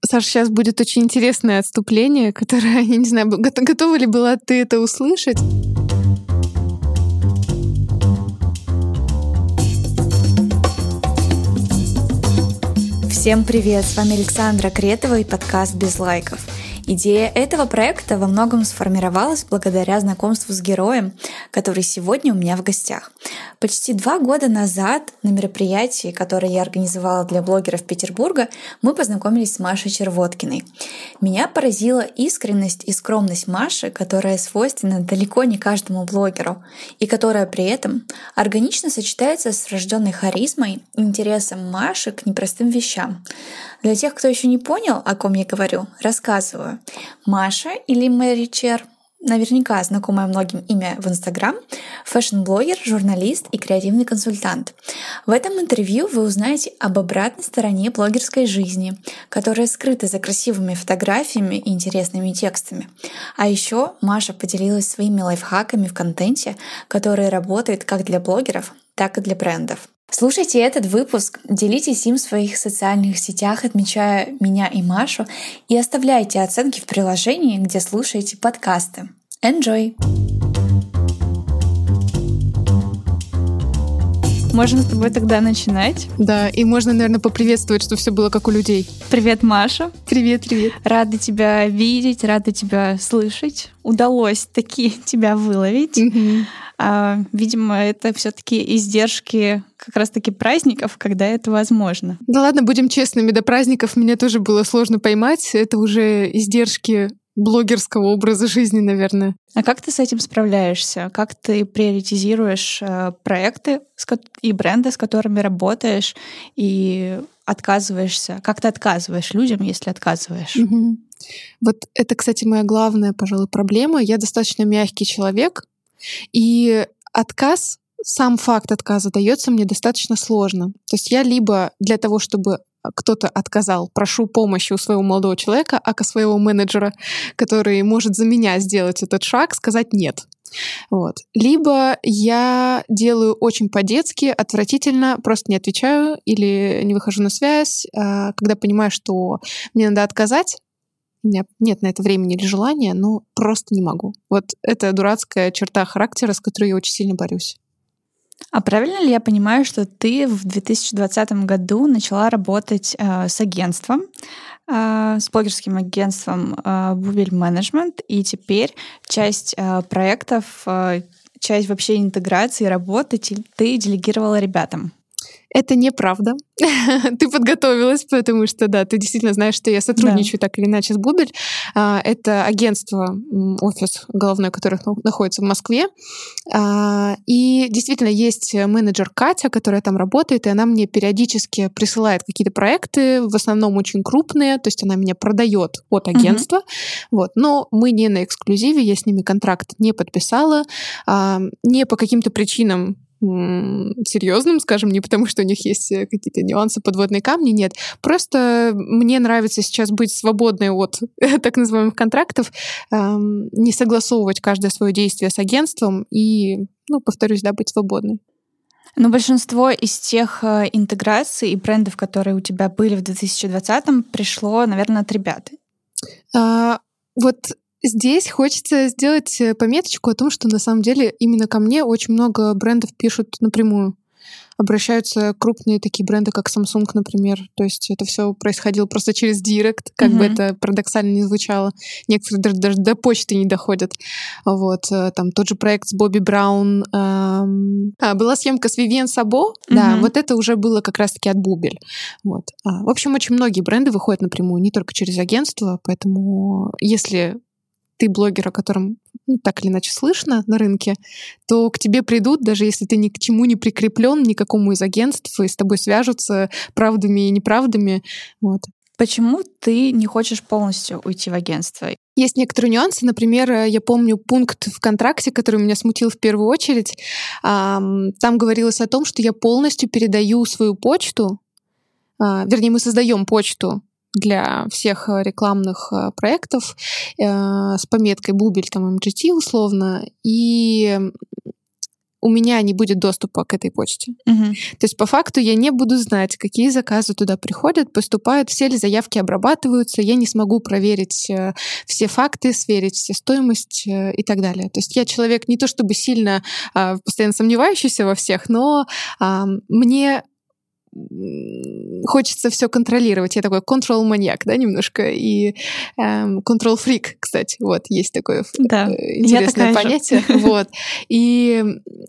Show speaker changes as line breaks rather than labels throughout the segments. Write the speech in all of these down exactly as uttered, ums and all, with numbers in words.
Саша, сейчас будет очень интересное отступление, которое, я не знаю, гот- готова ли была ты это услышать?
Всем привет! С вами Александра Кретова и подкаст «Без лайков». Идея этого проекта во многом сформировалась благодаря знакомству с героем, который сегодня у меня в гостях. Почти два года назад на мероприятии, которое я организовала для блогеров Петербурга, мы познакомились с Машей Червоткиной. Меня поразила искренность и скромность Маши, которая свойственна далеко не каждому блогеру, и которая при этом органично сочетается с врожденной харизмой и интересом Маши к непростым вещам. Для тех, кто еще не понял, о ком я говорю, рассказываю. Маша или Мэри Чер, наверняка знакомое многим имя в Инстаграм, фэшн-блогер, журналист и креативный консультант. В этом интервью вы узнаете об обратной стороне блогерской жизни, которая скрыта за красивыми фотографиями и интересными текстами. А еще Маша поделилась своими лайфхаками в контенте, который работает как для блогеров, так и для брендов. Слушайте этот выпуск, делитесь им в своих социальных сетях, отмечая меня и Машу, и оставляйте оценки в приложении, где слушаете подкасты. Enjoy!
Можем с тобой тогда начинать.
Да, и можно, наверное, поприветствовать, что все было как у людей.
Привет, Маша.
Привет, привет.
Рада тебя видеть, рада тебя слышать. Удалось таки тебя выловить.
Mm-hmm.
А, видимо, это все-таки издержки как раз-таки праздников, когда это возможно.
Да ладно, будем честными, до праздников мне тоже было сложно поймать. Это уже издержки блогерского образа жизни, наверное.
А как ты с этим справляешься? Как ты приоритизируешь э, проекты и бренды, с которыми работаешь, и отказываешься? Как ты отказываешь людям, если отказываешь?
Угу. Вот это, кстати, моя главная, пожалуй, проблема. Я достаточно мягкий человек, и отказ, сам факт отказа дается мне достаточно сложно. То есть я либо для того, чтобы кто-то отказал, прошу помощи у своего молодого человека, ака своего менеджера, который может за меня сделать этот шаг, сказать «нет». Вот. Либо я делаю очень по-детски, отвратительно, просто не отвечаю или не выхожу на связь, когда понимаю, что мне надо отказать. У меня нет на это времени или желания, но просто не могу. Вот это дурацкая черта характера, с которой я очень сильно борюсь.
А правильно ли я понимаю, что ты в две тысячи двадцатом году начала работать э, с агентством, э, с блогерским агентством э, Bubble Management, и теперь часть э, проектов, э, часть вообще интеграции, работы ты делегировала ребятам?
Это неправда. Ты подготовилась, потому что, да, ты действительно знаешь, что я сотрудничаю да. так или иначе с Бубель. Это агентство, офис головной, который находится в Москве. И действительно есть менеджер Катя, которая там работает, и она мне периодически присылает какие-то проекты, в основном очень крупные, то есть она меня продает от агентства. Uh-huh. Вот. Но мы не на эксклюзиве, я с ними контракт не подписала. Не по каким-то причинам серьезным, скажем, не потому, что у них есть какие-то нюансы, подводные камни, нет. Просто мне нравится сейчас быть свободной от так называемых контрактов, эм, не согласовывать каждое свое действие с агентством и, ну, повторюсь, да, быть свободной.
Но большинство из тех интеграций и брендов, которые у тебя были в две тысячи двадцатом, пришло, наверное, от ребят.
А, вот здесь хочется сделать пометочку о том, что на самом деле именно ко мне очень много брендов пишут напрямую. Обращаются крупные такие бренды, как Samsung, например. То есть это все происходило просто через директ, как mm-hmm. бы это парадоксально не звучало. Некоторые даже, даже до почты не доходят. Вот. Там тот же проект с Бобби Браун. Эм... А, была съемка с Вивьен Сабо. Mm-hmm. Да, вот это уже было как раз-таки от Бубель. Вот. А, в общем, очень многие бренды выходят напрямую, не только через агентство. Поэтому если ты блогер, о котором ну, так или иначе слышно на рынке, то к тебе придут, даже если ты ни к чему не прикреплен, никакому из агентств, и с тобой свяжутся правдами и неправдами. Вот.
Почему ты не хочешь полностью уйти в агентство?
Есть некоторые нюансы. Например, я помню пункт в контракте, который меня смутил в первую очередь. Там говорилось о том, что я полностью передаю свою почту, вернее, мы создаем почту для всех рекламных проектов э, с пометкой Бубель, там, эм джи ти условно, и у меня не будет доступа к этой почте.
Угу.
То есть по факту я не буду знать, какие заказы туда приходят, поступают, все ли заявки обрабатываются, я не смогу проверить э, все факты, сверить все стоимость э, и так далее. То есть я человек не то чтобы сильно э, постоянно сомневающийся во всех, но э, мне хочется все контролировать. Я такой контрол-маньяк, да, немножко, и контрол-фрик, кстати, вот, есть такое
да,
интересное понятие. Вот. И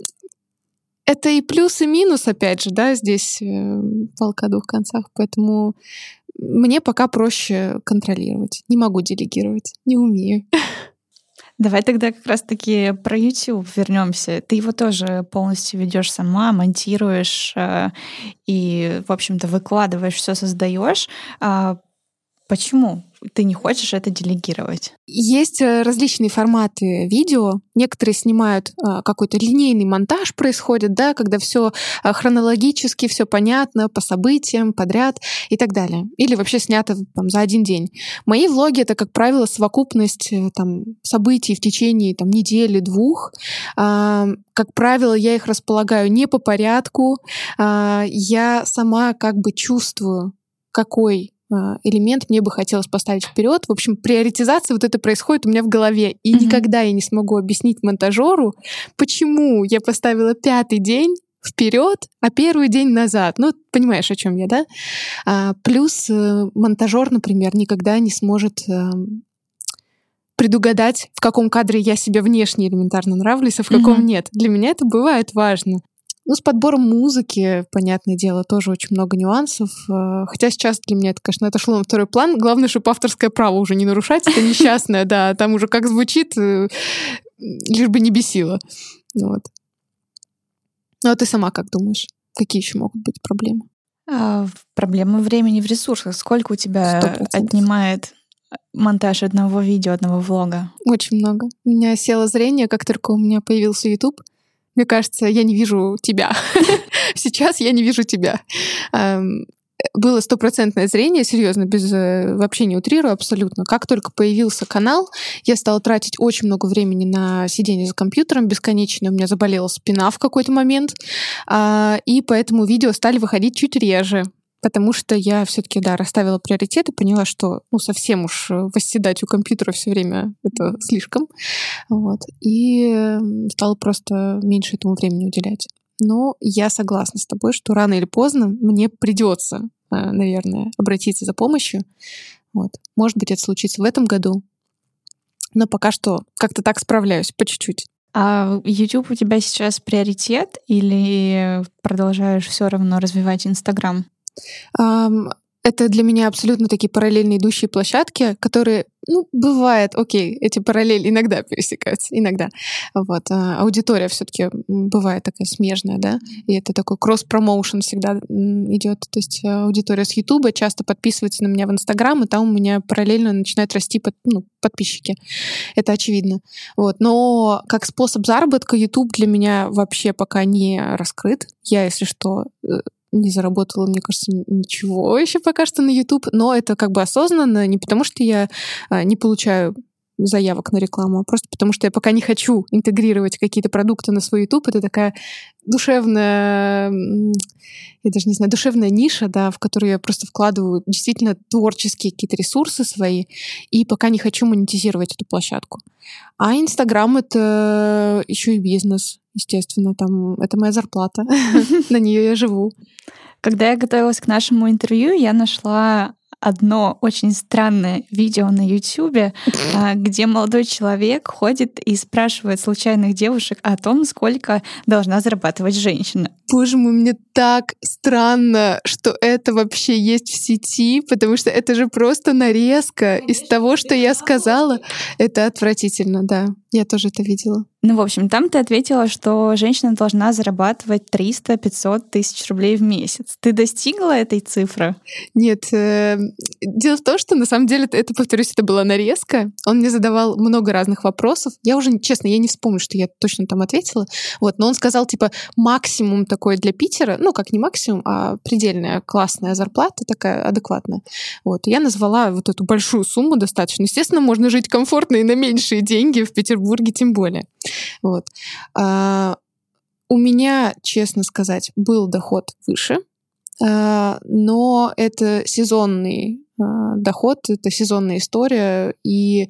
это и плюс, и минус, опять же, да, здесь палка о двух концах, поэтому мне пока проще контролировать. Не могу делегировать, не умею.
Давай тогда как раз-таки про YouTube вернемся. Ты его тоже полностью ведешь сама, монтируешь э, и, в общем-то, выкладываешь, все создаешь. А почему ты не хочешь это делегировать?
Есть различные форматы видео. Некоторые снимают а, какой-то линейный монтаж происходит, да, когда все хронологически, все понятно, по событиям, подряд и так далее. Или вообще снято там, за один день. Мои влоги — это, как правило, совокупность там, событий в течение там, недели-двух. А, как правило, я их располагаю не по порядку. А, я сама как бы чувствую, какой элемент мне бы хотелось поставить вперед. В общем, приоритизация вот это происходит у меня в голове. И mm-hmm. никогда я не смогу объяснить монтажеру, почему я поставила пятый день вперед, а первый день назад. Ну, понимаешь, о чем я, да? А, плюс э, монтажер, например, никогда не сможет э, предугадать, в каком кадре я себе внешне элементарно нравлюсь, а в каком mm-hmm. нет. Для меня это бывает важно. Ну, с подбором музыки, понятное дело, тоже очень много нюансов. Хотя сейчас для меня это, конечно, отошло на второй план. Главное, чтобы авторское право уже не нарушать. Это несчастное, да. Там уже как звучит, лишь бы не бесило. Вот. Ну, а ты сама как думаешь? Какие еще могут быть проблемы?
А, проблемы времени в ресурсах. Сколько у тебя сто процентов отнимает монтаж одного видео, одного влога?
Очень много. У меня село зрение, как только у меня появился YouTube. Мне кажется, я не вижу тебя. Сейчас я не вижу тебя. Было стопроцентное зрение, серьезно, без вообще не утрирую абсолютно. Как только появился канал, я стала тратить очень много времени на сидение за компьютером бесконечно. У меня заболела спина в какой-то момент. И поэтому видео стали выходить чуть реже. Потому что я все-таки, да, расставила приоритеты, поняла, что ну, совсем уж восседать у компьютера все время это слишком. Вот. И стала просто меньше этому времени уделять. Но я согласна с тобой, что рано или поздно мне придется, наверное, обратиться за помощью. Вот. Может быть, это случится в этом году. Но пока что как-то так справляюсь, по чуть-чуть.
А YouTube у тебя сейчас приоритет или продолжаешь все равно развивать Инстаграм?
Это для меня абсолютно такие параллельно идущие площадки, которые, ну, бывает, окей, эти параллели иногда пересекаются, иногда. Вот. А аудитория все-таки бывает такая смежная, да, и это такой кросс-промоушен всегда идет. То есть аудитория с Ютуба часто подписывается на меня в Инстаграм, и там у меня параллельно начинают расти под, ну, подписчики. Это очевидно. Вот. Но как способ заработка Ютуб для меня вообще пока не раскрыт. Я, если что, не заработала, мне кажется, ничего еще пока что на YouTube, но это как бы осознанно, не потому что я не получаю заявок на рекламу, а просто потому что я пока не хочу интегрировать какие-то продукты на свой YouTube. Это такая душевная, я даже не знаю, душевная ниша, да, в которую я просто вкладываю действительно творческие какие-то ресурсы свои, и пока не хочу монетизировать эту площадку. А Инстаграм — это еще и бизнес, естественно, там это моя зарплата, на нее я живу.
Когда я готовилась к нашему интервью, я нашла одно очень странное видео на Ютубе, где молодой человек ходит и спрашивает случайных девушек о том, сколько должна зарабатывать женщина.
Боже мой, мне так странно, что это вообще есть в сети, потому что это же просто нарезка из того, что я сказала. Это отвратительно, да. Я тоже это видела.
Ну, в общем, там ты ответила, что женщина должна зарабатывать триста-пятьсот тысяч рублей в месяц. Ты достигла этой цифры?
Нет. Э, дело в том, что на самом деле, это, повторюсь, это была нарезка. Он мне задавал много разных вопросов. Я уже, честно, я не вспомню, что я точно там ответила. Вот, но он сказал, типа, максимум такой для Питера, ну, как не максимум, а предельная классная зарплата, такая адекватная. Вот. Я назвала вот эту большую сумму достаточно. Естественно, можно жить комфортно и на меньшие деньги в Петербурге тем более. Вот. у меня, честно сказать, был доход выше, но это сезонный доход, это сезонная история, и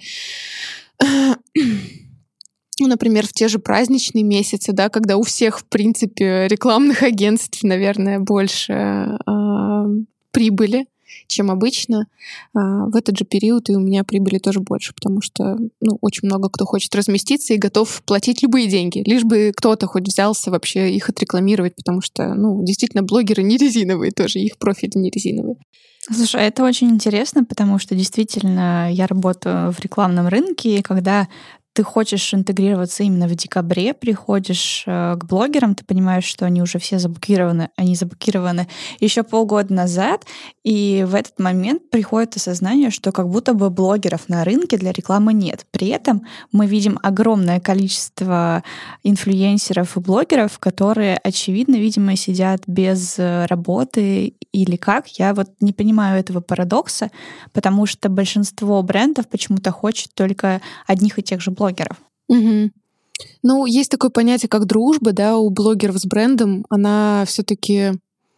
ну, например, в те же праздничные месяцы, да, когда у всех, в принципе, рекламных агентств, наверное, больше э, прибыли, чем обычно, э, в этот же период и у меня прибыли тоже больше, потому что ну, очень много кто хочет разместиться и готов платить любые деньги, лишь бы кто-то хоть взялся вообще их отрекламировать, потому что, ну, действительно, блогеры не резиновые тоже, их профили не резиновые.
Слушай, это очень интересно, потому что действительно я работаю в рекламном рынке, и когда ты хочешь интегрироваться именно в декабре, приходишь к блогерам, ты понимаешь, что они уже все заблокированы, они заблокированы еще полгода назад, и в этот момент приходит осознание, что как будто бы блогеров на рынке для рекламы нет. При этом мы видим огромное количество инфлюенсеров и блогеров, которые, очевидно, видимо, сидят без работы или как. Я вот не понимаю этого парадокса, потому что большинство брендов почему-то хочет только одних и тех же блогеров.
Угу. Ну, есть такое понятие, как дружба, да, у блогеров с брендом. Она все-таки,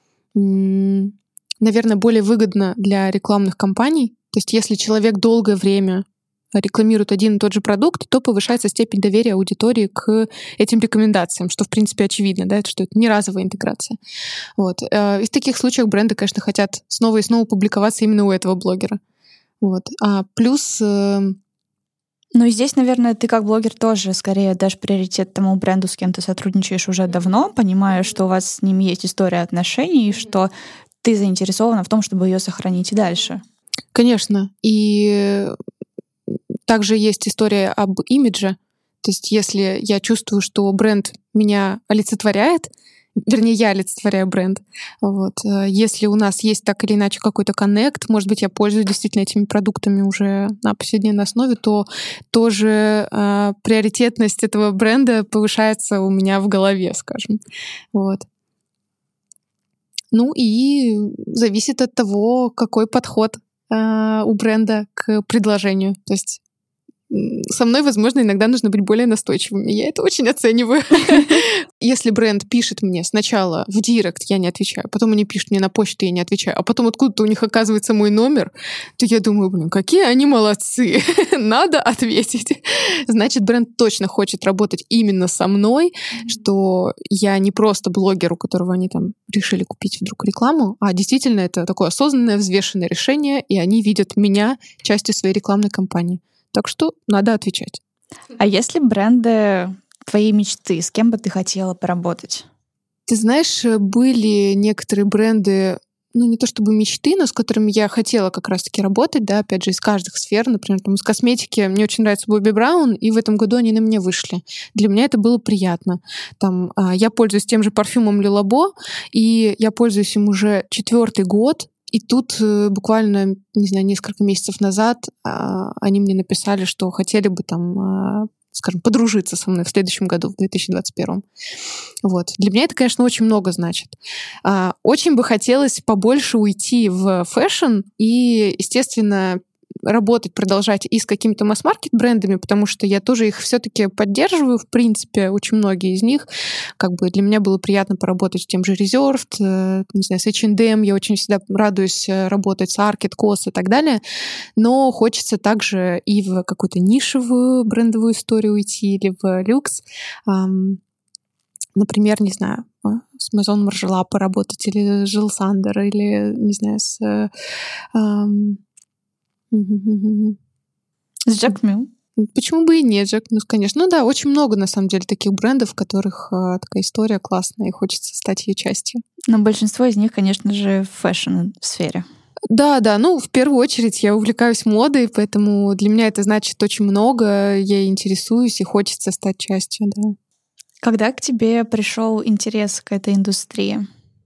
м- наверное, более выгодна для рекламных кампаний. То есть, если человек долгое время рекламирует один и тот же продукт, то повышается степень доверия аудитории к этим рекомендациям, что, в принципе, очевидно, да, что это не разовая интеграция. Вот. И в таких случаях бренды, конечно, хотят снова и снова публиковаться именно у этого блогера. Вот. А плюс...
Ну и здесь, наверное, ты как блогер тоже скорее дашь приоритет тому бренду, с кем ты сотрудничаешь уже давно, понимая, что у вас с ним есть история отношений, и что ты заинтересована в том, чтобы ее сохранить и дальше.
Конечно. И также есть история об имидже. То есть если я чувствую, что бренд меня олицетворяет, вернее, я олицетворяю бренд. Вот. Если у нас есть так или иначе какой-то коннект, может быть, я пользуюсь действительно этими продуктами уже на повседневной основе, то тоже э, приоритетность этого бренда повышается у меня в голове, скажем. Вот. Ну и зависит от того, какой подход э, у бренда к предложению. То есть со мной, возможно, иногда нужно быть более настойчивым. Я это очень оцениваю. Если бренд пишет мне сначала в директ, я не отвечаю, потом они пишут мне на почту, я не отвечаю, а потом откуда-то у них оказывается мой номер, то я думаю, блин, какие они молодцы. Надо ответить. Значит, бренд точно хочет работать именно со мной, что я не просто блогер, у которого они там решили купить вдруг рекламу, а действительно это такое осознанное, взвешенное решение, и они видят меня частью своей рекламной кампании. Так что надо отвечать.
А если бренды твоей мечты, с кем бы ты хотела поработать?
Ты знаешь, были некоторые бренды, ну не то чтобы мечты, но с которыми я хотела как раз-таки работать, да, опять же, из каждых сфер. Например, там, из косметики мне очень нравится Бобби Браун, и в этом году они на меня вышли. Для меня это было приятно. Там, я пользуюсь тем же парфюмом Le Labo, и я пользуюсь им уже четвертый год. И тут буквально, не знаю, несколько месяцев назад а, они мне написали, что хотели бы там, а, скажем, подружиться со мной в следующем году, в две тысячи двадцать первом. Вот. Для меня это, конечно, очень много значит. А, очень бы хотелось побольше уйти в фэшн и, естественно, работать, продолжать и с какими-то масс-маркет брендами, потому что я тоже их все-таки поддерживаю, в принципе, очень многие из них. Как бы для меня было приятно поработать с тем же Reserved, э, не знаю, с эйч энд эм, я очень всегда радуюсь работать с Arket, Кос и так далее, но хочется также и в какую-то нишевую брендовую историю уйти, или в люкс. Эм, например, не знаю, с Maison Margiela поработать, или с Жил Сандер, или, не знаю, с... Эм,
С Джек Мю.
Почему бы и нет, Джек Мю, конечно. Ну да, очень много, на самом деле, таких брендов, в которых э, такая история классная, и хочется стать ее частью.
Но большинство из них, конечно же, в фэшн-сфере.
Да, да, ну, в первую очередь я увлекаюсь модой, поэтому для меня это значит очень много, я интересуюсь, и хочется стать частью, да.
Когда к тебе пришел интерес к этой индустрии?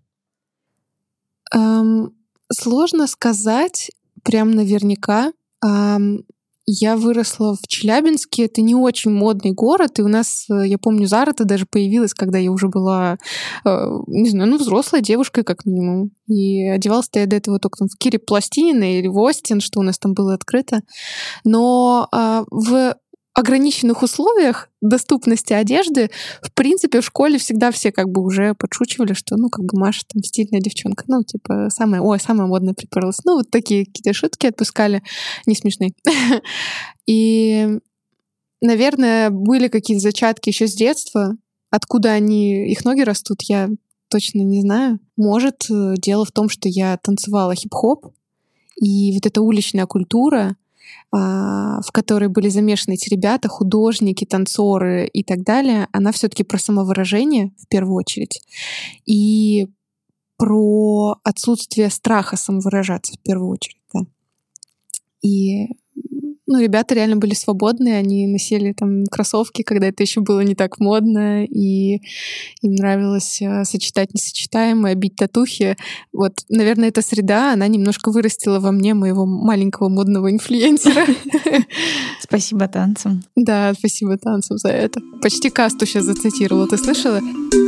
Эм, сложно сказать. Прям наверняка. Я выросла в Челябинске. Это не очень модный город. И у нас, я помню, Зара-то даже появилась, когда я уже была, не знаю, ну, взрослой девушкой, как минимум. И одевалась-то я до этого только там в Кире Пластинина или в Остин, что у нас там было открыто. Но в ограниченных условиях доступности одежды, в принципе, в школе всегда все как бы уже подшучивали, что, ну, как бы Маша там стильная девчонка, ну, типа, самая, ой, самая модная приперлась. Ну, вот такие какие-то шутки отпускали, не смешные. И, наверное, были какие-то зачатки еще с детства. Откуда они, их ноги растут, я точно не знаю. Может, дело в том, что я танцевала хип-хоп, и вот эта уличная культура, в которой были замешаны эти ребята, художники, танцоры и так далее, она все-таки про самовыражение в первую очередь и про отсутствие страха самовыражаться в первую очередь. Да. И ну, ребята реально были свободные, они носили там кроссовки, когда это еще было не так модно, и им нравилось сочетать несочетаемое, бить татухи. Вот, наверное, эта среда, она немножко вырастила во мне моего маленького модного инфлюенсера.
Спасибо танцам.
Да, спасибо танцам за это. Почти касту сейчас зацитировала, ты слышала?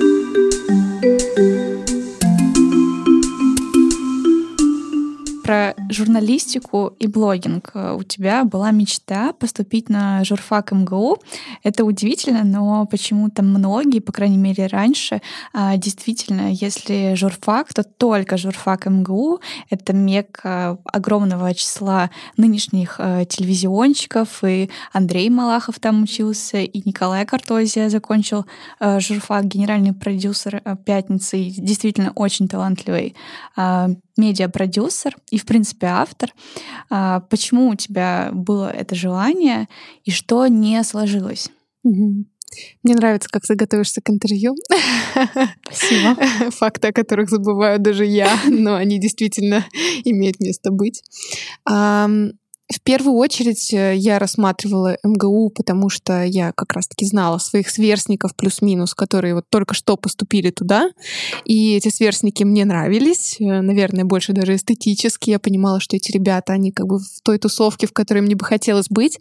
Про журналистику и блогинг. У тебя была мечта поступить на журфак эм гэ у. Это удивительно, но почему-то многие, по крайней мере раньше, действительно, если журфак, то только журфак эм гэ у. Это мекка огромного числа нынешних телевизионщиков, и Андрей Малахов там учился, и Николай Картозия закончил журфак, генеральный продюсер «Пятницы», и действительно очень талантливый медиапродюсер и, в принципе, автор. Почему у тебя было это желание и что не сложилось?
Угу. Мне нравится, как ты готовишься к интервью.
Спасибо.
Факты, о которых забываю даже я, но они действительно имеют место быть. В первую очередь я рассматривала эм гэ у, потому что я как раз-таки знала своих сверстников плюс-минус, которые вот только что поступили туда. И эти сверстники мне нравились, наверное, больше даже эстетически. Я понимала, что эти ребята, они как бы в той тусовке, в которой мне бы хотелось быть.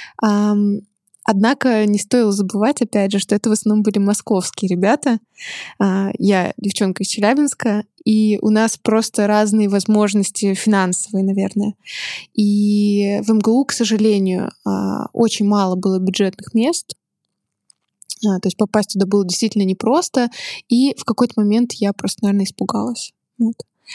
Однако не стоило забывать, опять же, что это в основном были московские ребята. Я девчонка из Челябинска, и у нас просто разные возможности финансовые, наверное. И в эм гэ у, к сожалению, очень мало было бюджетных мест. То есть попасть туда было действительно непросто. И в какой-то момент я просто, наверное, испугалась. Вот.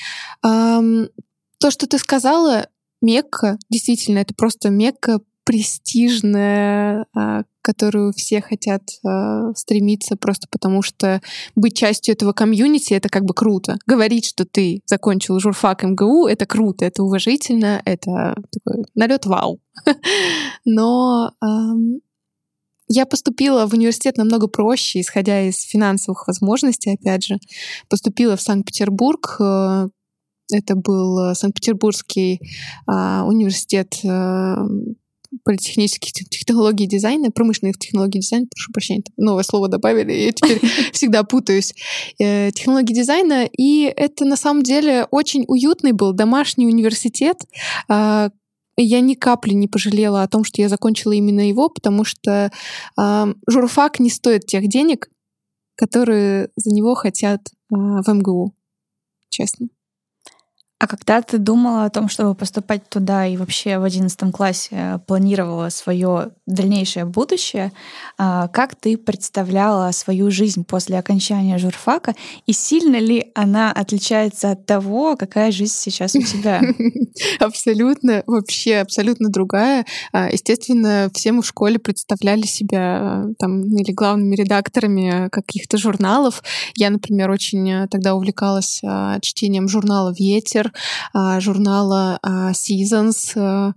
То, что ты сказала, Мекка, действительно, это просто Мекка престижная, которую все хотят стремиться просто потому, что быть частью этого комьюнити — это как бы круто. Говорить, что ты закончил журфак эм гэ у — это круто, это уважительно, это такой налет вау. Но эм, я поступила в университет намного проще, исходя из финансовых возможностей, опять же. Поступила в Санкт-Петербург. Это был Санкт-Петербургский э, университет э, политехнических технологий дизайна, промышленных технологий дизайна, прошу прощения, новое слово добавили, и я теперь всегда путаюсь. Технологии дизайна, и это на самом деле очень уютный был домашний университет. Я ни капли не пожалела о том, что я закончила именно его, потому что журфак не стоит тех денег, которые за него хотят в эм гэ у, честно.
А когда ты думала о том, чтобы поступать туда и вообще в одиннадцатом классе планировала свое дальнейшее будущее, как ты представляла свою жизнь после окончания журфака и сильно ли она отличается от того, какая жизнь сейчас у тебя?
Абсолютно, вообще абсолютно другая. Естественно, все мы в школе представляли себя там или главными редакторами каких-то журналов. Я, например, очень тогда увлекалась чтением журнала «Ветер», журнала Seasons.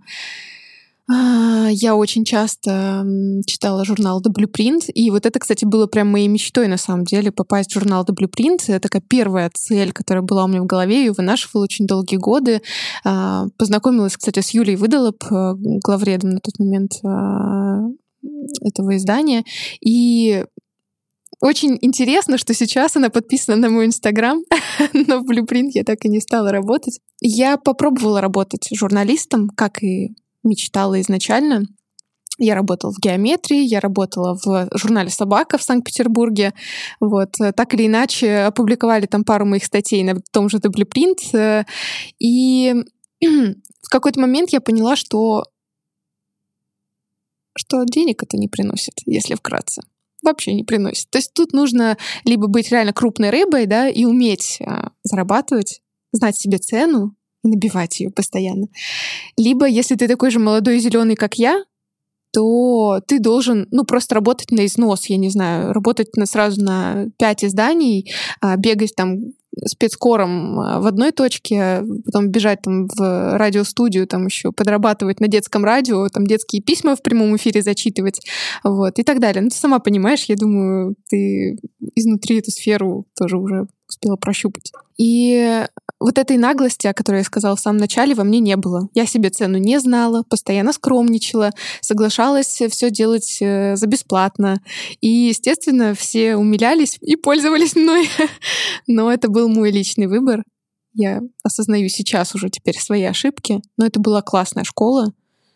Я очень часто читала журнал The Blueprint, и вот это, кстати, было прям моей мечтой, на самом деле, попасть в журнал The Blueprint. Это такая первая цель, которая была у меня в голове, и вынашивала очень долгие годы. Познакомилась, кстати, с Юлией Выдолоб, главредом на тот момент этого издания, и очень интересно, что сейчас она подписана на мой Инстаграм, но в Blueprint я так и не стала работать. Я попробовала работать журналистом, как и мечтала изначально. Я работала в геометрии, я работала в журнале «Собака» в Санкт-Петербурге. Вот. Так или иначе, опубликовали там пару моих статей на том же The Blueprint. И в какой-то момент я поняла, что что денег это не приносит, если вкратце. Вообще не приносит. То есть тут нужно либо быть реально крупной рыбой, да, и уметь а, зарабатывать, знать себе цену и набивать ее постоянно. Либо, если ты такой же молодой и зеленый, как я, то ты должен, ну, просто работать на износ, я не знаю, работать на, сразу на пять изданий, а, бегать там спецкором в одной точке, потом бежать там в радиостудию, там еще подрабатывать на детском радио, там детские письма в прямом эфире зачитывать, вот, и так далее. Ну, ты сама понимаешь, я думаю, ты изнутри эту сферу тоже уже успела прощупать. И вот этой наглости, о которой я сказала в самом начале, во мне не было. Я себе цену не знала, постоянно скромничала, соглашалась все делать за бесплатно. И, естественно, все умилялись и пользовались мной. Но это был мой личный выбор. Я осознаю сейчас уже теперь свои ошибки. Но это была классная школа.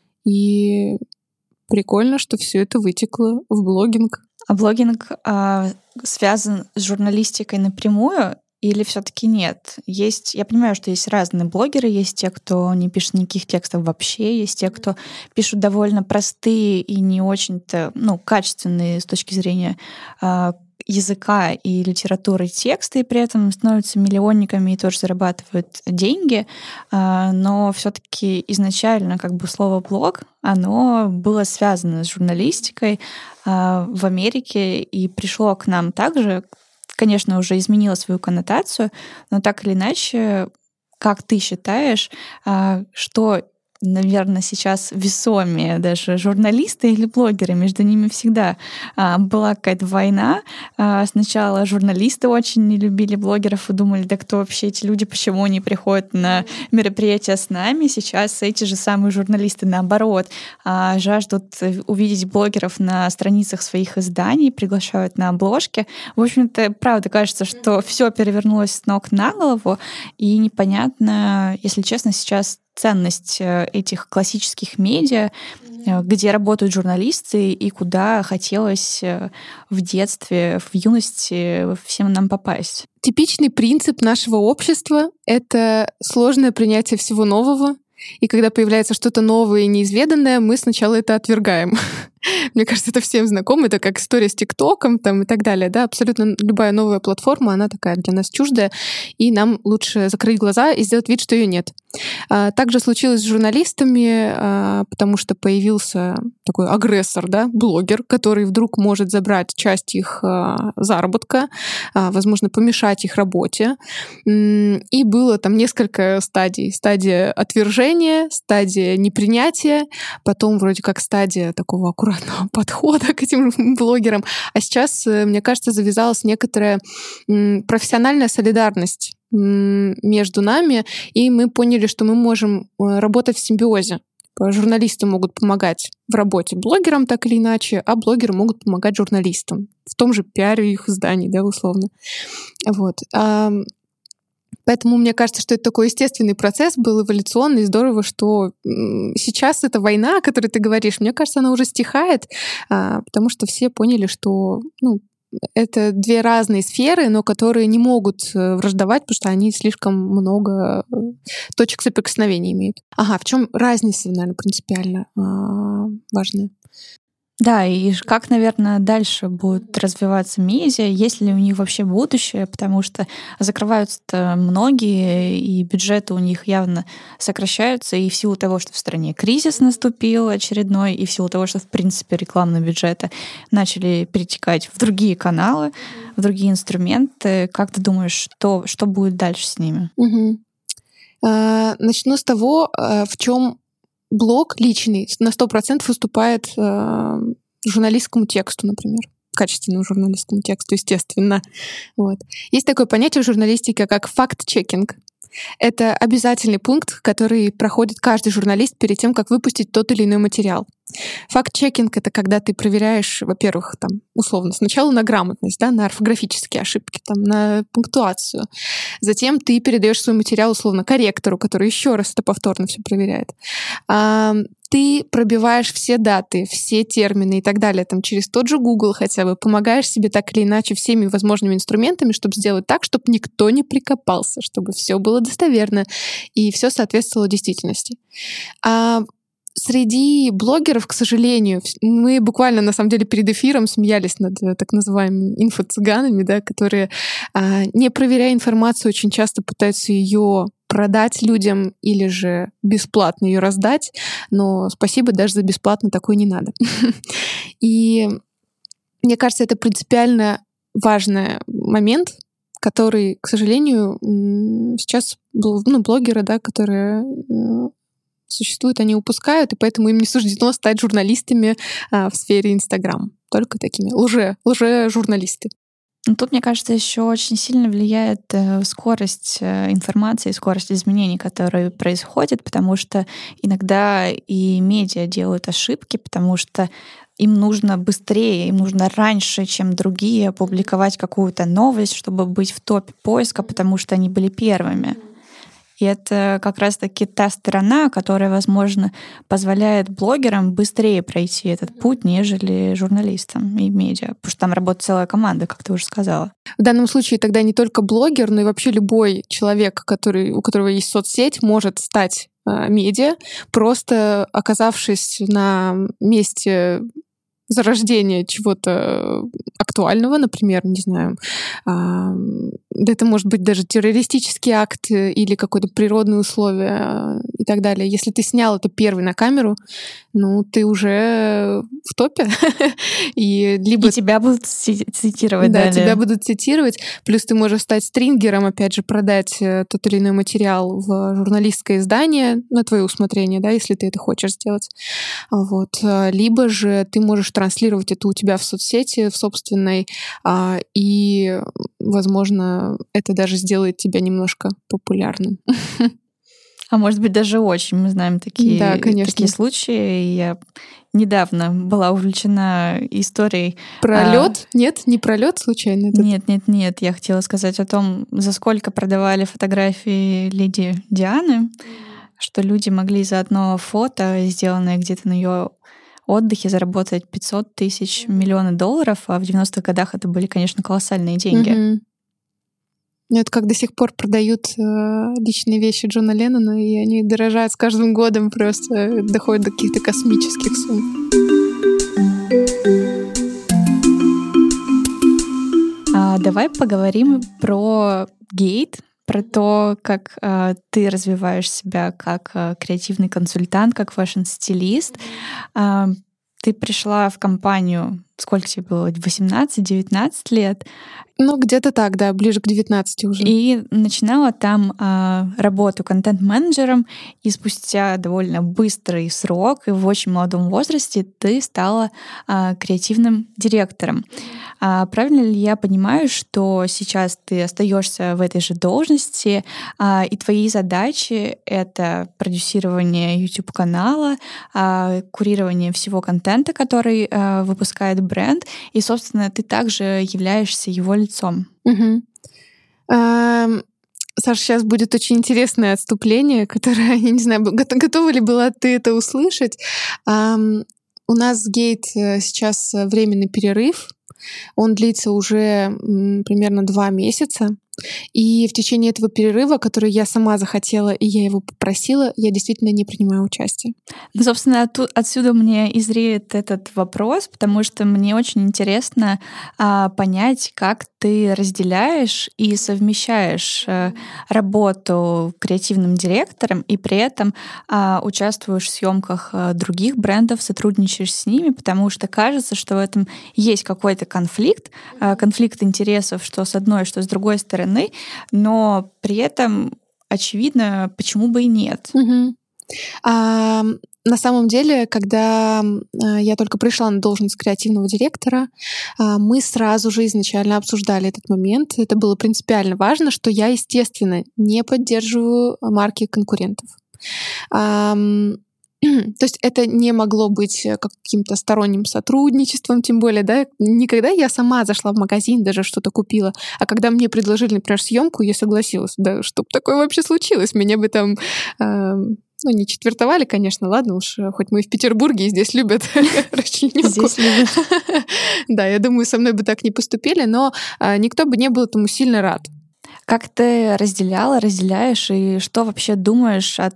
И прикольно, что все это вытекло в блогинг.
А блогинг а, связан с журналистикой напрямую или все-таки нет? Есть, я понимаю, что есть разные блогеры, есть те, кто не пишет никаких текстов вообще, есть те, кто пишут довольно простые и не очень-то, ну, качественные с точки зрения а, языка и литературы тексты, и при этом становятся миллионниками и тоже зарабатывают деньги. Но все-таки изначально как бы слово «блог», оно было связано с журналистикой в Америке и пришло к нам также, конечно, уже изменило свою коннотацию, но так или иначе, как ты считаешь, что, наверное, сейчас весомее даже журналисты или блогеры? Между ними всегда а, была какая-то война. А, сначала журналисты очень не любили блогеров и думали, да кто вообще эти люди, почему они приходят на мероприятия с нами? Сейчас эти же самые журналисты, наоборот, а, жаждут увидеть блогеров на страницах своих изданий, приглашают на обложки. В общем-то, правда, кажется, что все перевернулось с ног на голову, и непонятно, если честно, сейчас ценность этих классических медиа, mm-hmm. где работают журналисты и куда хотелось в детстве, в юности всем нам попасть.
Типичный принцип нашего общества — это сложное принятие всего нового. И когда появляется что-то новое и неизведанное, мы сначала это отвергаем. Мне кажется, это всем знакомо. Это как история с ТикТоком там, и так далее. Да? Абсолютно любая новая платформа, она такая для нас чуждая, и нам лучше закрыть глаза и сделать вид, что ее нет. Также случилось с журналистами, потому что появился такой агрессор, да, блогер, который вдруг может забрать часть их заработка, возможно, помешать их работе. И было там несколько стадий. Стадия отвержения, стадия непринятия, потом вроде как стадия такого аккуратного подхода к этим блогерам. А сейчас, мне кажется, завязалась некоторая профессиональная солидарность между нами, и мы поняли, что мы можем работать в симбиозе. Журналисты могут помогать в работе блогерам так или иначе, а блогеры могут помогать журналистам в том же пиаре их изданий, да, условно. Вот. Поэтому мне кажется, что это такой естественный процесс, был эволюционный, здорово, что сейчас эта война, о которой ты говоришь, мне кажется, она уже стихает, потому что все поняли, что, ну, это две разные сферы, но которые не могут враждовать, потому что они слишком много точек соприкосновения имеют. Ага, в чем разница, наверное, принципиально важная?
Да, и как, наверное, дальше будут развиваться медиа, есть ли у них вообще будущее, потому что закрываются многие, и бюджеты у них явно сокращаются, и в силу того, что в стране кризис наступил очередной, и в силу того, что, в принципе, рекламные бюджеты начали перетекать в другие каналы, в другие инструменты. Как ты думаешь, что, что будет дальше с ними?
Угу. А, начну с того, в чем блог личный на сто процентов уступает э, журналистскому тексту, например, качественному журналистскому тексту, естественно. Вот. Есть такое понятие в журналистике, как факт-чекинг. Это обязательный пункт, который проходит каждый журналист перед тем, как выпустить тот или иной материал. Факт-чекинг — это когда ты проверяешь, во-первых, там, условно, сначала на грамотность, да, на орфографические ошибки, там, на пунктуацию. Затем ты передаешь свой материал, условно, корректору, который еще раз это повторно все проверяет. А, ты пробиваешь все даты, все термины и так далее, там, через тот же Google хотя бы, помогаешь себе так или иначе всеми возможными инструментами, чтобы сделать так, чтобы никто не прикопался, чтобы все было достоверно и все соответствовало действительности. А Среди блогеров, к сожалению, мы буквально, на самом деле, перед эфиром смеялись над так называемыми инфо-цыганами, да, которые, не проверяя информацию, очень часто пытаются ее продать людям или же бесплатно ее раздать, но спасибо, даже за бесплатно такое не надо. И мне кажется, это принципиально важный момент, который, к сожалению, сейчас ну, блогеры, да, которые существуют, они упускают, и поэтому им не суждено стать журналистами а, в сфере Инстаграм. Только такими лже, лже-журналисты.
Тут, мне кажется, еще очень сильно влияет скорость информации, скорость изменений, которые происходят, потому что иногда и медиа делают ошибки, потому что им нужно быстрее, им нужно раньше, чем другие, опубликовать какую-то новость, чтобы быть в топе поиска, потому что они были первыми. И это как раз-таки та сторона, которая, возможно, позволяет блогерам быстрее пройти этот путь, нежели журналистам и медиа, потому что там работает целая команда, как ты уже сказала.
В данном случае тогда не только блогер, но и вообще любой человек, который, у которого есть соцсеть, может стать э, медиа, просто оказавшись на месте зарождения чего-то актуального, например, не знаю, это может быть даже террористический акт или какое-то природное условие и так далее. Если ты снял это первый на камеру, ну, ты уже в топе.
И, либо... и тебя будут цитировать
да,
далее.
тебя будут цитировать. Плюс ты можешь стать стрингером, опять же, продать тот или иной материал в журналистское издание на твое усмотрение, да, если ты это хочешь сделать. Вот. Либо же ты можешь транслировать это у тебя в соцсети, в собственной, и, возможно, это даже сделает тебя немножко популярным.
А может быть, даже очень. Мы знаем такие, да, такие случаи. Я недавно была увлечена историей.
Про лед? А... Нет, не про лед случайно?
Этот... Нет, нет, нет. Я хотела сказать о том, за сколько продавали фотографии леди Дианы, что люди могли за одно фото, сделанное где-то на ее отдыхе, заработать пятьсот тысяч, миллионы долларов, а в девяностых годах это были, конечно, колоссальные деньги.
Mm-hmm. Это как до сих пор продают э, личные вещи Джона Леннона, и они дорожают с каждым годом, просто доходят до каких-то космических сумм.
А, давай поговорим про Гейт, про то, как э, ты развиваешь себя как э, креативный консультант, как фэшн-стилист. Э, ты пришла в компанию, сколько тебе было, восемнадцать-девятнадцать лет?
Ну, где-то так, да, ближе к девятнадцати уже.
И начинала там а, работу контент-менеджером, и спустя довольно быстрый срок и в очень молодом возрасте ты стала а, креативным директором. А, правильно ли я понимаю, что сейчас ты остаешься в этой же должности, а, и твои задачи — это продюсирование YouTube-канала, а, курирование всего контента, который а, выпускает бренд, и, собственно, ты также являешься его лицом?
Угу. Саша, сейчас будет очень интересное отступление, которое, я не знаю, готова ли была ты это услышать. У нас с Гейт сейчас временный перерыв. Он длится уже примерно два месяца. И в течение этого перерыва, который я сама захотела, и я его попросила, я действительно не принимаю участие.
Ну, собственно, от, отсюда мне и зреет этот вопрос, потому что мне очень интересно а, понять, как ты разделяешь и совмещаешь а, работу креативным директором и при этом а, участвуешь в съемках а, других брендов, сотрудничаешь с ними, потому что кажется, что в этом есть какой-то конфликт, а, конфликт интересов, что с одной, что с другой стороны, но при этом очевидно, почему бы и нет.
Угу. А, на самом деле, когда я только пришла на должность креативного директора, мы сразу же изначально обсуждали этот момент. Это было принципиально важно, что я, естественно, не поддерживаю марки конкурентов. А, то есть это не могло быть каким-то сторонним сотрудничеством, тем более, да, не когда я сама зашла в магазин, даже что-то купила, а когда мне предложили, например, съемку, я согласилась. Да, чтоб такое вообще случилось, меня бы там, э, ну, не четвертовали, конечно, ладно уж, хоть мы и в Петербурге, и здесь любят расчленёнку.
Здесь любят.
Да, я думаю, со мной бы так не поступили, но никто бы не был этому сильно рад.
Как ты разделяла, разделяешь, и что вообще думаешь о том,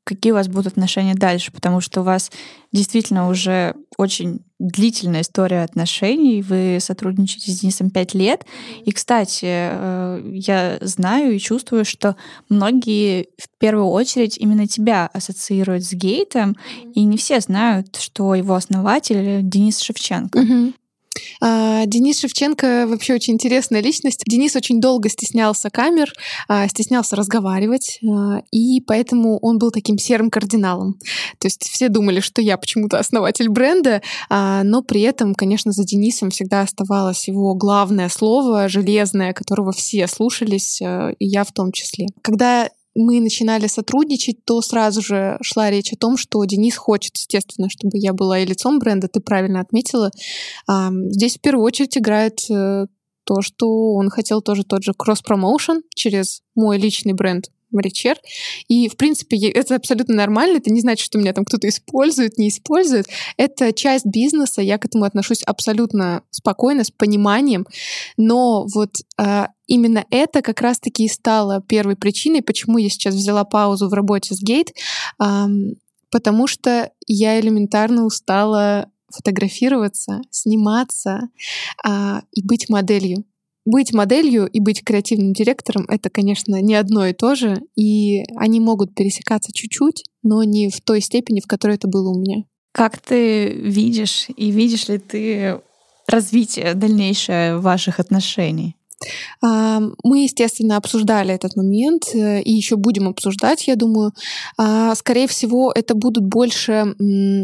какие у вас будут отношения дальше, потому что у вас действительно уже очень длительная история отношений, вы сотрудничаете с Денисом пять лет. И, кстати, я знаю и чувствую, что многие в первую очередь именно тебя ассоциируют с Гейтом, и не все знают, что его основатель Денис Шевченко.
Mm-hmm. Денис Шевченко вообще очень интересная личность. Денис очень долго стеснялся камер, стеснялся разговаривать, и поэтому он был таким серым кардиналом. То есть все думали, что я почему-то основатель бренда, но при этом, конечно, за Денисом всегда оставалось его главное слово, железное, которого все слушались, и я в том числе. Когда мы начинали сотрудничать, то сразу же шла речь о том, что Денис хочет, естественно, чтобы я была и лицом бренда, ты правильно отметила. Здесь в первую очередь играет то, что он хотел тоже тот же кросс-промоушен через мой личный бренд Маричер. И, в принципе, это абсолютно нормально. Это не значит, что меня там кто-то использует, не использует. Это часть бизнеса. Я к этому отношусь абсолютно спокойно, с пониманием. Но вот а, именно это как раз-таки и стало первой причиной, почему я сейчас взяла паузу в работе с Гейт, а, потому что я элементарно устала фотографироваться, сниматься а, и быть моделью. Быть моделью и быть креативным директором — это, конечно, не одно и то же, и они могут пересекаться чуть-чуть, но не в той степени, в которой это было у меня.
Как ты видишь и видишь ли ты развитие дальнейшее ваших отношений?
Мы, естественно, обсуждали этот момент и еще будем обсуждать, я думаю. Скорее всего, это будут больше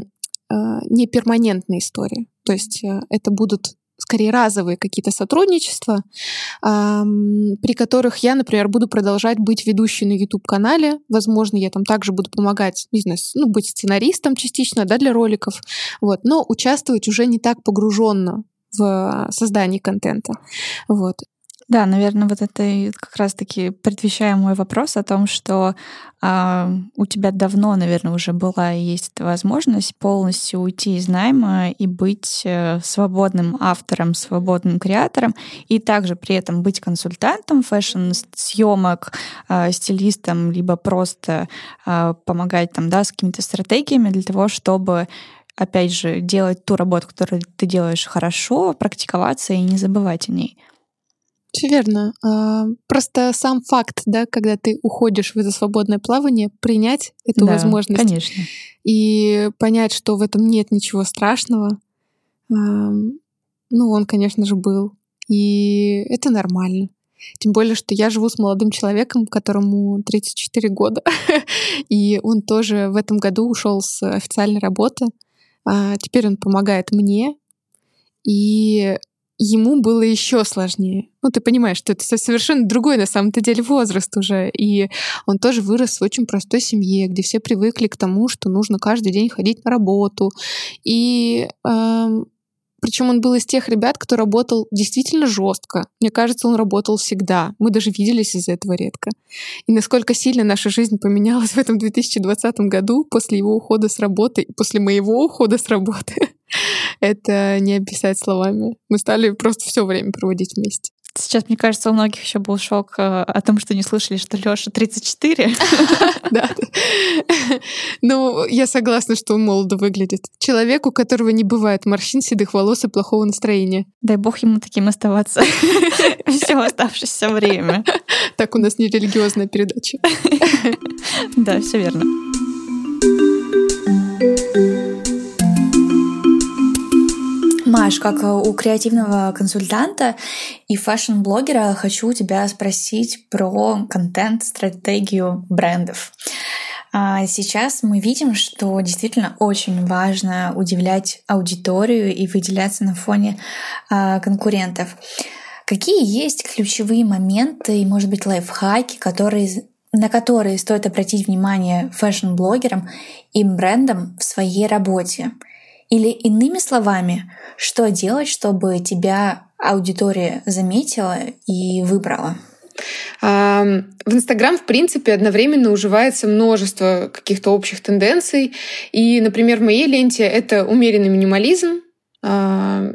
не перманентные истории. То есть это будут скорее разовые какие-то сотрудничества, эм, при которых я, например, буду продолжать быть ведущей на YouTube-канале. Возможно, я там также буду помогать, не знаю, ну, быть сценаристом частично, да, для роликов, вот, но участвовать уже не так погруженно в создание контента. Вот.
Да, наверное, вот это и как раз-таки предвещая мой вопрос о том, что э, у тебя давно, наверное, уже была и есть эта возможность полностью уйти из найма и быть э, свободным автором, свободным креатором, и также при этом быть консультантом фэшн-съемок, э, стилистом, либо просто э, помогать там, да, с какими-то стратегиями для того, чтобы опять же делать ту работу, которую ты делаешь хорошо, практиковаться и не забывать о ней.
Все верно. Просто сам факт, да, когда ты уходишь в это свободное плавание, принять эту
да,
возможность.
Конечно.
И понять, что в этом нет ничего страшного. Ну, он, конечно же, был. И это нормально. Тем более, что я живу с молодым человеком, которому тридцать четыре года. И он тоже в этом году ушел с официальной работы. Теперь он помогает мне. И ему было еще сложнее. Ну, ты понимаешь, что это совершенно другой на самом-то деле возраст уже. И он тоже вырос в очень простой семье, где все привыкли к тому, что нужно каждый день ходить на работу. И э, причем он был из тех ребят, кто работал действительно жестко. Мне кажется, он работал всегда. Мы даже виделись из-за этого редко. И насколько сильно наша жизнь поменялась в этом две тысячи двадцатом году после его ухода с работы и после моего ухода с работы. Это не описать словами. Мы стали просто все время проводить вместе.
Сейчас, мне кажется, у многих еще был шок о том, что не слышали, что Лёша тридцать четыре.
Да. Ну, я согласна, что он молодо выглядит. Человек, у которого не бывает морщин, седых волос и плохого настроения.
Дай бог ему таким оставаться все оставшееся время.
Так, у нас не религиозная передача.
Да, все верно.
Маш, как у креативного консультанта и фэшн-блогера хочу у тебя спросить про контент-стратегию брендов. Сейчас мы видим, что действительно очень важно удивлять аудиторию и выделяться на фоне конкурентов. Какие есть ключевые моменты и, может быть, лайфхаки, которые, на которые стоит обратить внимание фэшн-блогерам и брендам в своей работе? Или иными словами, что делать, чтобы тебя аудитория заметила и выбрала?
В Инстаграм, в принципе, одновременно уживается множество каких-то общих тенденций. И, например, в моей ленте это умеренный минимализм,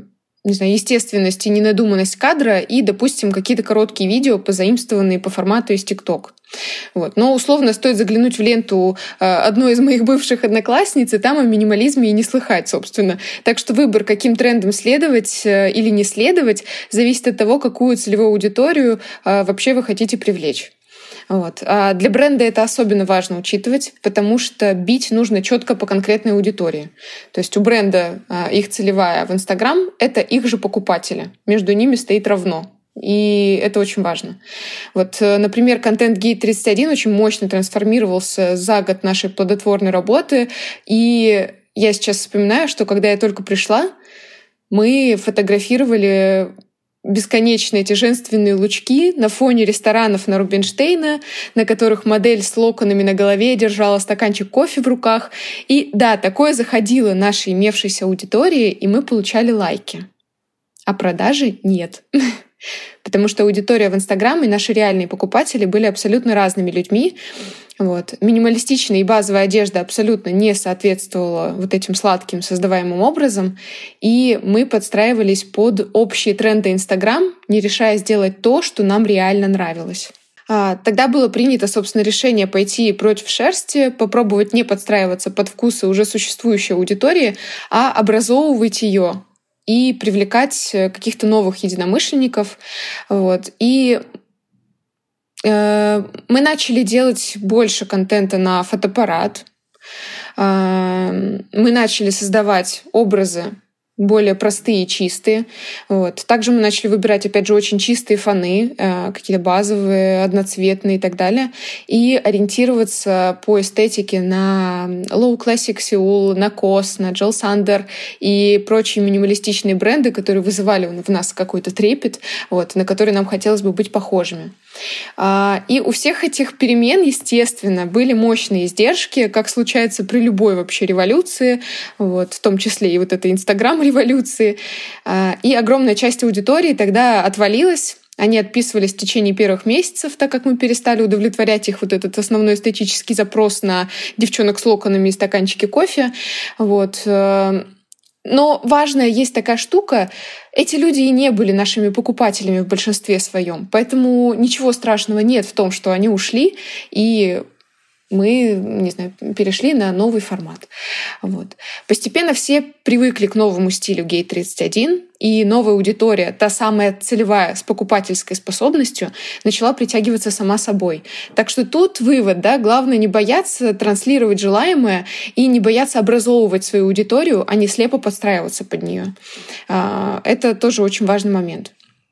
не знаю, естественность и ненадуманность кадра и, допустим, какие-то короткие видео, позаимствованные по формату из ТикТок. Вот. Но условно стоит заглянуть в ленту одной из моих бывших одноклассниц, и там о минимализме и не слыхать, собственно. Так что выбор, каким трендам следовать или не следовать, зависит от того, какую целевую аудиторию вообще вы хотите привлечь. Вот. А для бренда это особенно важно учитывать, потому что бить нужно четко по конкретной аудитории. То есть у бренда их целевая в Инстаграм — это их же покупатели. Между ними стоит равно. И это очень важно. Вот, например, контент Гейт тридцать один очень мощно трансформировался за год нашей плодотворной работы. И я сейчас вспоминаю, что когда я только пришла, мы фотографировали бесконечные эти женственные лучки на фоне ресторанов на Рубинштейна, на которых модель с локонами на голове держала стаканчик кофе в руках. И да, такое заходило нашей имевшейся аудитории, и мы получали лайки. А продажи нет. Потому что аудитория в Инстаграм и наши реальные покупатели были абсолютно разными людьми. Вот. Минималистичная и базовая одежда абсолютно не соответствовала вот этим сладким создаваемым образом. И мы подстраивались под общие тренды Инстаграм, не решая сделать то, что нам реально нравилось. А, тогда было принято, собственно, решение пойти против шерсти, попробовать не подстраиваться под вкусы уже существующей аудитории, а образовывать ее и привлекать каких-то новых единомышленников. Вот. И э, мы начали делать больше контента на фотоаппарат. Э, мы начали создавать образы более простые и чистые. Вот. Также мы начали выбирать, опять же, очень чистые фоны, э, какие-то базовые, одноцветные и так далее, и ориентироваться по эстетике на Low Classic Seoul, на Кос, на Джел Сандер и прочие минималистичные бренды, которые вызывали в нас какой-то трепет, вот, на которые нам хотелось бы быть похожими. И у всех этих перемен, естественно, были мощные издержки, как случается при любой вообще революции, вот, в том числе и вот этой Инстаграм-революции. И огромная часть аудитории тогда отвалилась. Они отписывались в течение первых месяцев, так как мы перестали удовлетворять их вот этот основной эстетический запрос на девчонок с локонами и стаканчики кофе. Вот. Но важная есть такая штука, эти люди и не были нашими покупателями в большинстве своем, поэтому ничего страшного нет в том, что они ушли, и мы, не знаю, перешли на новый формат. Вот. Постепенно все привыкли к новому стилю Гейт тридцать один, и новая аудитория, та самая целевая с покупательской способностью, начала притягиваться сама собой. Так что тут вывод, да, главное не бояться транслировать желаемое и не бояться образовывать свою аудиторию, а не слепо подстраиваться под нее. Это тоже очень важный момент.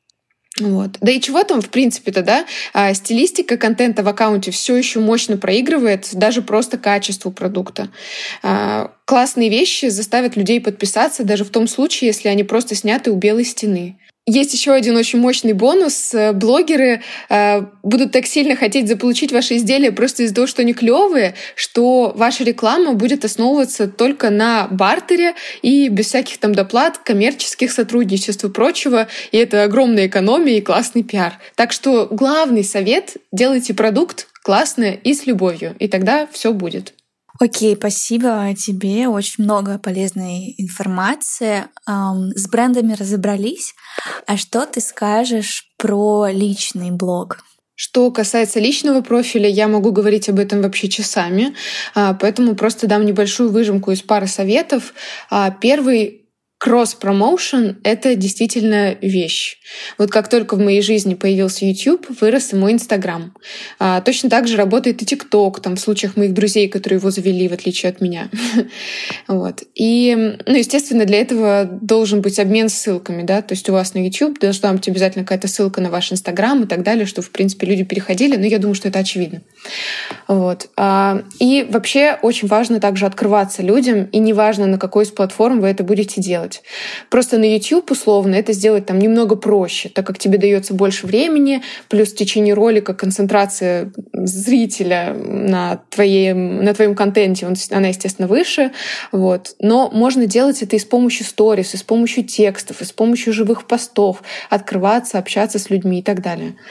Вот. Да и чего там, в принципе-то, да, а, стилистика контента в аккаунте все еще мощно проигрывает даже просто качеству продукта. А, классные вещи заставят людей подписаться даже в том случае, если они просто сняты у белой стены. Есть еще один очень мощный бонус. Блогеры э, будут так сильно хотеть заполучить ваши изделия просто из-за того, что они клевые, что ваша реклама будет основываться только на бартере и без всяких там доплат, коммерческих сотрудничеств и прочего. И это огромная экономия и классный пиар. Так что главный совет — делайте продукт классно и с любовью, и тогда все будет.
Окей, спасибо тебе. Очень много полезной информации. Эм, с брендами разобрались. А что ты скажешь про личный блог?
Что касается личного профиля, я могу говорить об этом вообще часами, поэтому просто дам небольшую выжимку из пары советов. Первый — кросс-промоушен — это действительно вещь. Вот как только в моей жизни появился YouTube, вырос и мой Instagram. А, точно так же работает и TikTok, там, в случаях моих друзей, которые его завели, в отличие от меня. Вот. И, ну, естественно, для этого должен быть обмен ссылками, да, то есть у вас на YouTube должна быть обязательно какая-то ссылка на ваш Instagram и так далее, чтобы, в принципе, люди переходили, но я думаю, что это очевидно. Вот. А, и вообще очень важно также открываться людям, и неважно, на какой из платформ вы это будете делать. Просто на YouTube, условно, это сделать там немного проще, так как тебе дается больше времени, плюс в течение ролика концентрация зрителя на, твоей, на твоем контенте, она, естественно, выше. Вот. Но можно делать это и с помощью сторис, и с помощью текстов, и с помощью живых постов, открываться, общаться с людьми и так далее.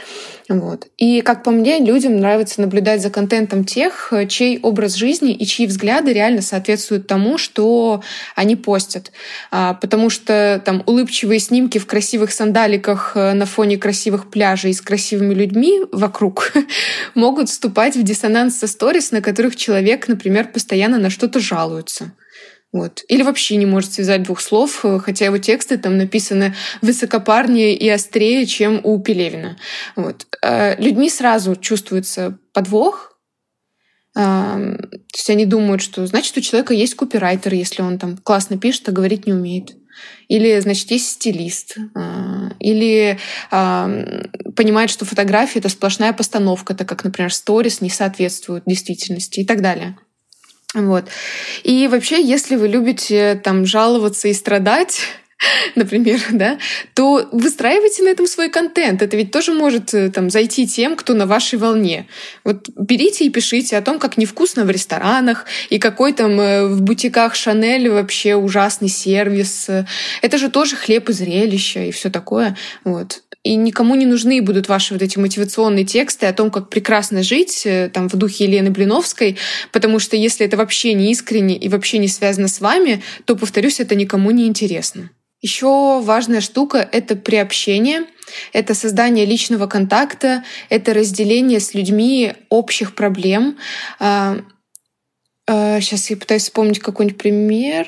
Вот. И, как по мне, людям нравится наблюдать за контентом тех, чей образ жизни и чьи взгляды реально соответствуют тому, что они постят. А, потому что там улыбчивые снимки в красивых сандаликах на фоне красивых пляжей с красивыми людьми вокруг могут вступать в диссонанс со сторис, на которых человек, например, постоянно на что-то жалуется. Вот. Или вообще не может связать двух слов, хотя его тексты там написаны высокопарнее и острее, чем у Пелевина. Вот. Людьми сразу чувствуется подвох. То есть они думают, что значит у человека есть копирайтер, если он там классно пишет, а говорить не умеет. Или, значит, есть стилист. Или понимает, что фотография — это сплошная постановка, так как, например, сторис не соответствуют действительности и так далее. Вот. И вообще, если вы любите там жаловаться и страдать, например, да, то выстраивайте на этом свой контент. Это ведь тоже может там зайти тем, кто на вашей волне. Вот берите и пишите о том, как невкусно в ресторанах, и какой там в бутиках Шанель вообще ужасный сервис. Это же тоже хлеб и зрелище, и все такое. Вот. И никому не нужны будут ваши вот эти мотивационные тексты о том, как прекрасно жить там, в духе Елены Блиновской, потому что если это вообще не искренне и вообще не связано с вами, то, повторюсь, это никому не интересно. Еще важная штука — это приобщение, это создание личного контакта, это разделение с людьми общих проблем. Сейчас я пытаюсь вспомнить какой-нибудь пример.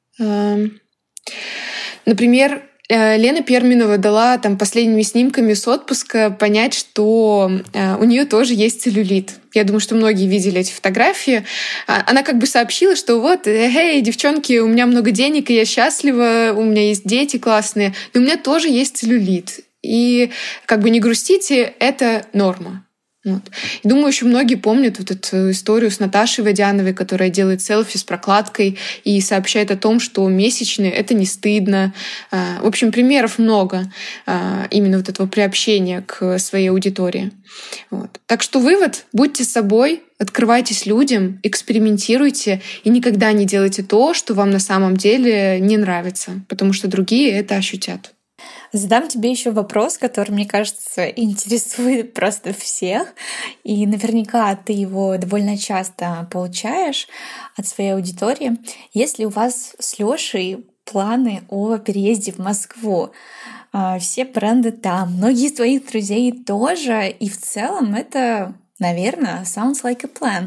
Например, Лена Перминова дала там последними снимками с отпуска понять, что у нее тоже есть целлюлит. Я думаю, что многие видели эти фотографии. Она как бы сообщила, что вот, эй, девчонки, у меня много денег, и я счастлива, у меня есть дети классные, но у меня тоже есть целлюлит. И как бы не грустите, это норма. Вот. И думаю, еще многие помнят вот эту историю с Наташей Водяновой, которая делает селфи с прокладкой и сообщает о том, что месячные — это не стыдно. В общем, примеров много именно вот этого приобщения к своей аудитории. Вот. Так что вывод — будьте собой, открывайтесь людям, экспериментируйте и никогда не делайте то, что вам на самом деле не нравится, потому что другие это ощутят.
Задам тебе еще вопрос, который, мне кажется, интересует просто всех. И наверняка ты его довольно часто получаешь от своей аудитории. Есть ли у вас с Лёшей планы о переезде в Москву? Все бренды там, многие из твоих друзей тоже. И в целом это, наверное, sounds like a plan.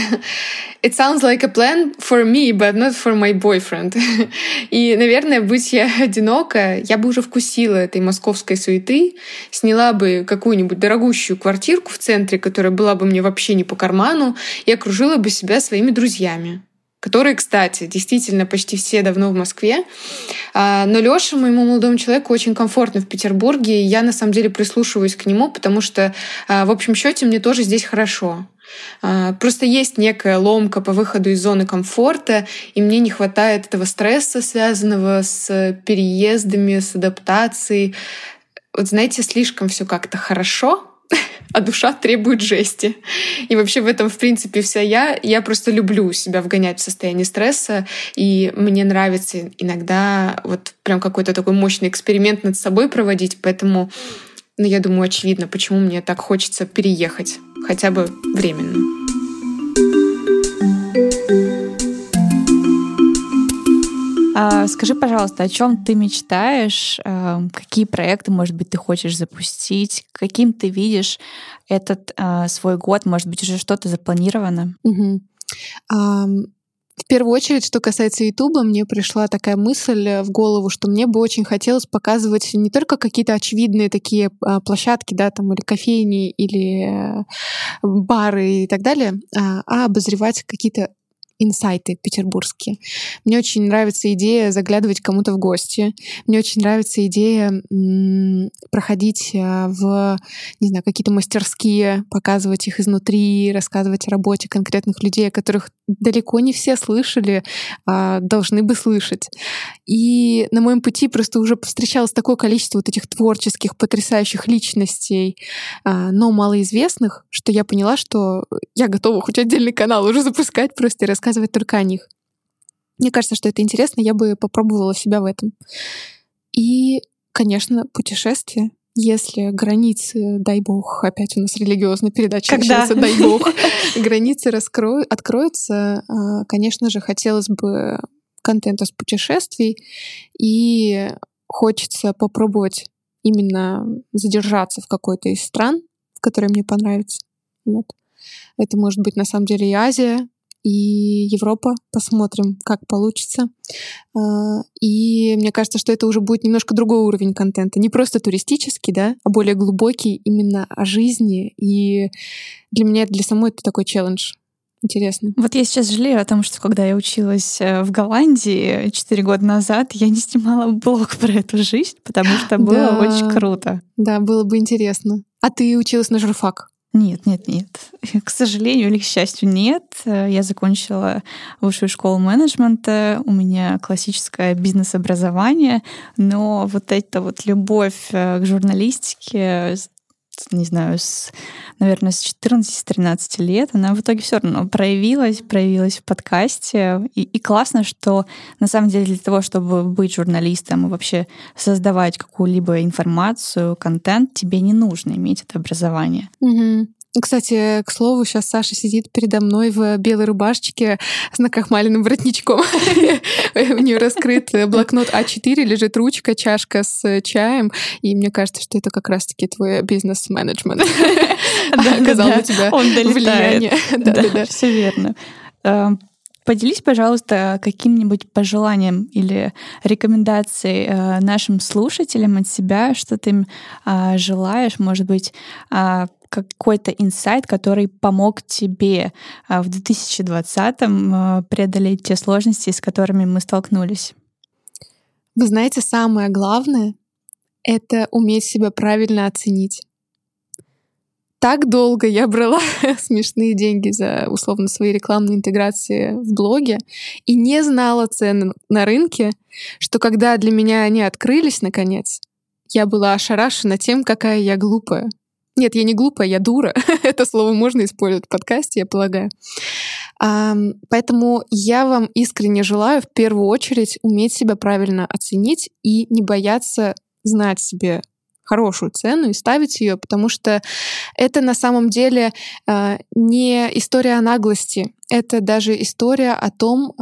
It sounds like a plan for me, but not for my boyfriend. И, наверное, будь я одинока, я бы уже вкусила этой московской суеты, сняла бы какую-нибудь дорогущую квартирку в центре, которая была бы мне вообще не по карману, и окружила бы себя своими друзьями, которые, кстати, действительно почти все давно в Москве. Но Лёше, моему молодому человеку, очень комфортно в Петербурге, и я на самом деле прислушиваюсь к нему, потому что, в общем счете, мне тоже здесь хорошо. Просто есть некая ломка по выходу из зоны комфорта, и мне не хватает этого стресса, связанного с переездами, с адаптацией. Вот знаете, слишком все как-то хорошо, а душа требует жести. И вообще в этом, в принципе, вся я. Я просто люблю себя вгонять в состояние стресса, и мне нравится иногда вот прям какой-то такой мощный эксперимент над собой проводить, поэтому, ну, я думаю, очевидно, почему мне так хочется переехать, хотя бы временно.
А, скажи, пожалуйста, о чем ты мечтаешь? А, какие проекты, может быть, ты хочешь запустить? Каким ты видишь этот а, свой год? Может быть, уже что-то запланировано?
Угу. А, в первую очередь, что касается Ютуба, мне пришла такая мысль в голову, что мне бы очень хотелось показывать не только какие-то очевидные такие площадки, да, там, или кофейни, или бары и так далее, а обозревать какие-то инсайты петербургские. Мне очень нравится идея заглядывать кому-то в гости. Мне очень нравится идея м- проходить в, не знаю, какие-то мастерские, показывать их изнутри, рассказывать о работе конкретных людей, о которых далеко не все слышали, а должны бы слышать. И на моем пути просто уже повстречалось такое количество вот этих творческих, потрясающих личностей, но малоизвестных, что я поняла, что я готова хоть отдельный канал уже запускать просто и рассказывать только о них. Мне кажется, что это интересно, я бы попробовала себя в этом. И, конечно, путешествия. Если границы, дай бог, опять у нас религиозная передача
Когда?
начнется, дай бог, границы раскроют, откроются, конечно же, хотелось бы контента с путешествий, и хочется попробовать именно задержаться в какой-то из стран, в которой мне понравится. Вот. Это может быть на самом деле и Азия, и Европа. Посмотрим, как получится. И мне кажется, что это уже будет немножко другой уровень контента. Не просто туристический, да, а более глубокий именно о жизни. И для меня, для самой это такой челлендж. Интересно.
Вот я сейчас жалею о том, что когда я училась в Голландии четыре года назад, я не снимала блог про эту жизнь, потому что было
Да.
очень круто.
Да, было бы интересно. А ты училась на журфак?
Нет, нет, нет. К сожалению или к счастью, нет. Я закончила высшую школу менеджмента, у меня классическое бизнес-образование, но вот эта вот любовь к журналистике, не знаю, с, наверное, с четырнадцати-тринадцати лет, она в итоге все равно проявилась, проявилась в подкасте. И, и классно, что на самом деле для того, чтобы быть журналистом и вообще создавать какую-либо информацию, контент, тебе не нужно иметь это образование.
Угу. Кстати, к слову, сейчас Саша сидит передо мной в белой рубашечке с накрахмаленным воротничком. У нее раскрыт блокнот а четыре, лежит ручка, чашка с чаем, и мне кажется, что это как раз-таки твой бизнес-менеджмент оказал на тебя влияние.
Да, все верно. Поделись, пожалуйста, каким-нибудь пожеланием или рекомендацией нашим слушателям от себя, что ты им желаешь, может быть, какой-то инсайт, который помог тебе в две тысячи двадцатом преодолеть те сложности, с которыми мы столкнулись?
Вы знаете, самое главное — это уметь себя правильно оценить. Так долго я брала смешные деньги за, условно, свои рекламные интеграции в блоге и не знала цены на рынке, что когда для меня они открылись, наконец, я была ошарашена тем, какая я глупая. Нет, я не глупая, я дура. Это слово можно использовать в подкасте, я полагаю. Поэтому я вам искренне желаю в первую очередь уметь себя правильно оценить и не бояться знать себе хорошую цену и ставить ее, потому что это на самом деле не история о наглости, это даже история о том,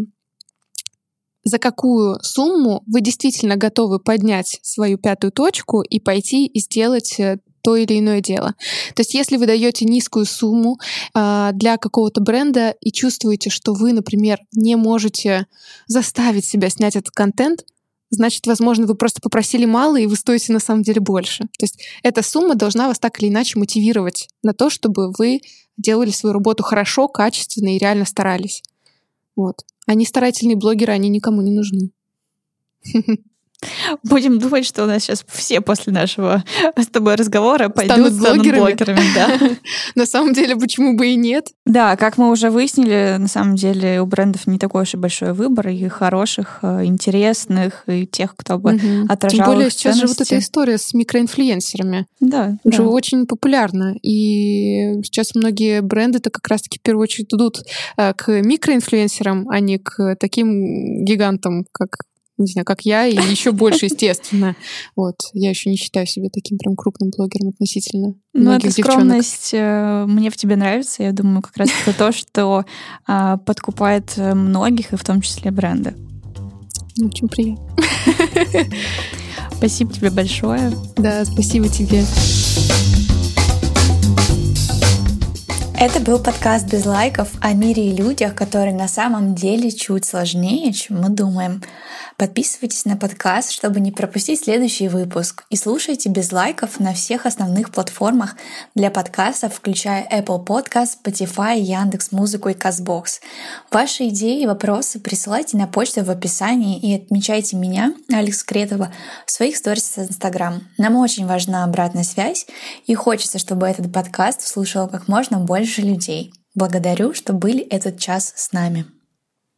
за какую сумму вы действительно готовы поднять свою пятую точку и пойти и сделать то или иное дело. То есть если вы даете низкую сумму э, для какого-то бренда и чувствуете, что вы, например, не можете заставить себя снять этот контент, значит, возможно, вы просто попросили мало, и вы стоите на самом деле больше. То есть эта сумма должна вас так или иначе мотивировать на то, чтобы вы делали свою работу хорошо, качественно и реально старались. Вот. А не старательные блогеры, они никому не нужны.
Будем думать, что у нас сейчас все после нашего с тобой разговора пойдут
станут
станут
блогерами.
блогерами. Да.
На самом деле, почему бы и нет?
Да, как мы уже выяснили, на самом деле у брендов не такой уж и большой выбор, и хороших, интересных, и тех, кто бы
Мгм.
отражал
Тем более
их
сейчас же вот
ценности.
эта история с микроинфлюенсерами.
Да,
Это же
да.
очень популярно. И сейчас многие бренды-то как раз-таки в первую очередь идут э, к микроинфлюенсерам, а не к таким гигантам, как, не знаю, как я, и еще больше, естественно. Вот. Я еще не считаю себя таким прям крупным блогером относительно
Ну,
многих
эта
девчонок.
скромность э, мне в тебе нравится. Я думаю, как раз это то, что а, подкупает многих, и в том числе бренды.
Очень приятно.
Спасибо тебе большое.
Да, спасибо тебе.
Это был подкаст «Без лайков» о мире и людях, которые на самом деле чуть сложнее, чем мы думаем. Подписывайтесь на подкаст, чтобы не пропустить следующий выпуск. И слушайте «Без лайков» на всех основных платформах для подкастов, включая Apple Podcast, Spotify, Яндекс.Музыку и Castbox. Ваши идеи и вопросы присылайте на почту в описании и отмечайте меня, Алекс Кретова, в своих сторис в Instagram. Нам очень важна обратная связь, и хочется, чтобы этот подкаст слушал как можно больше людей. Благодарю, что были этот час с нами.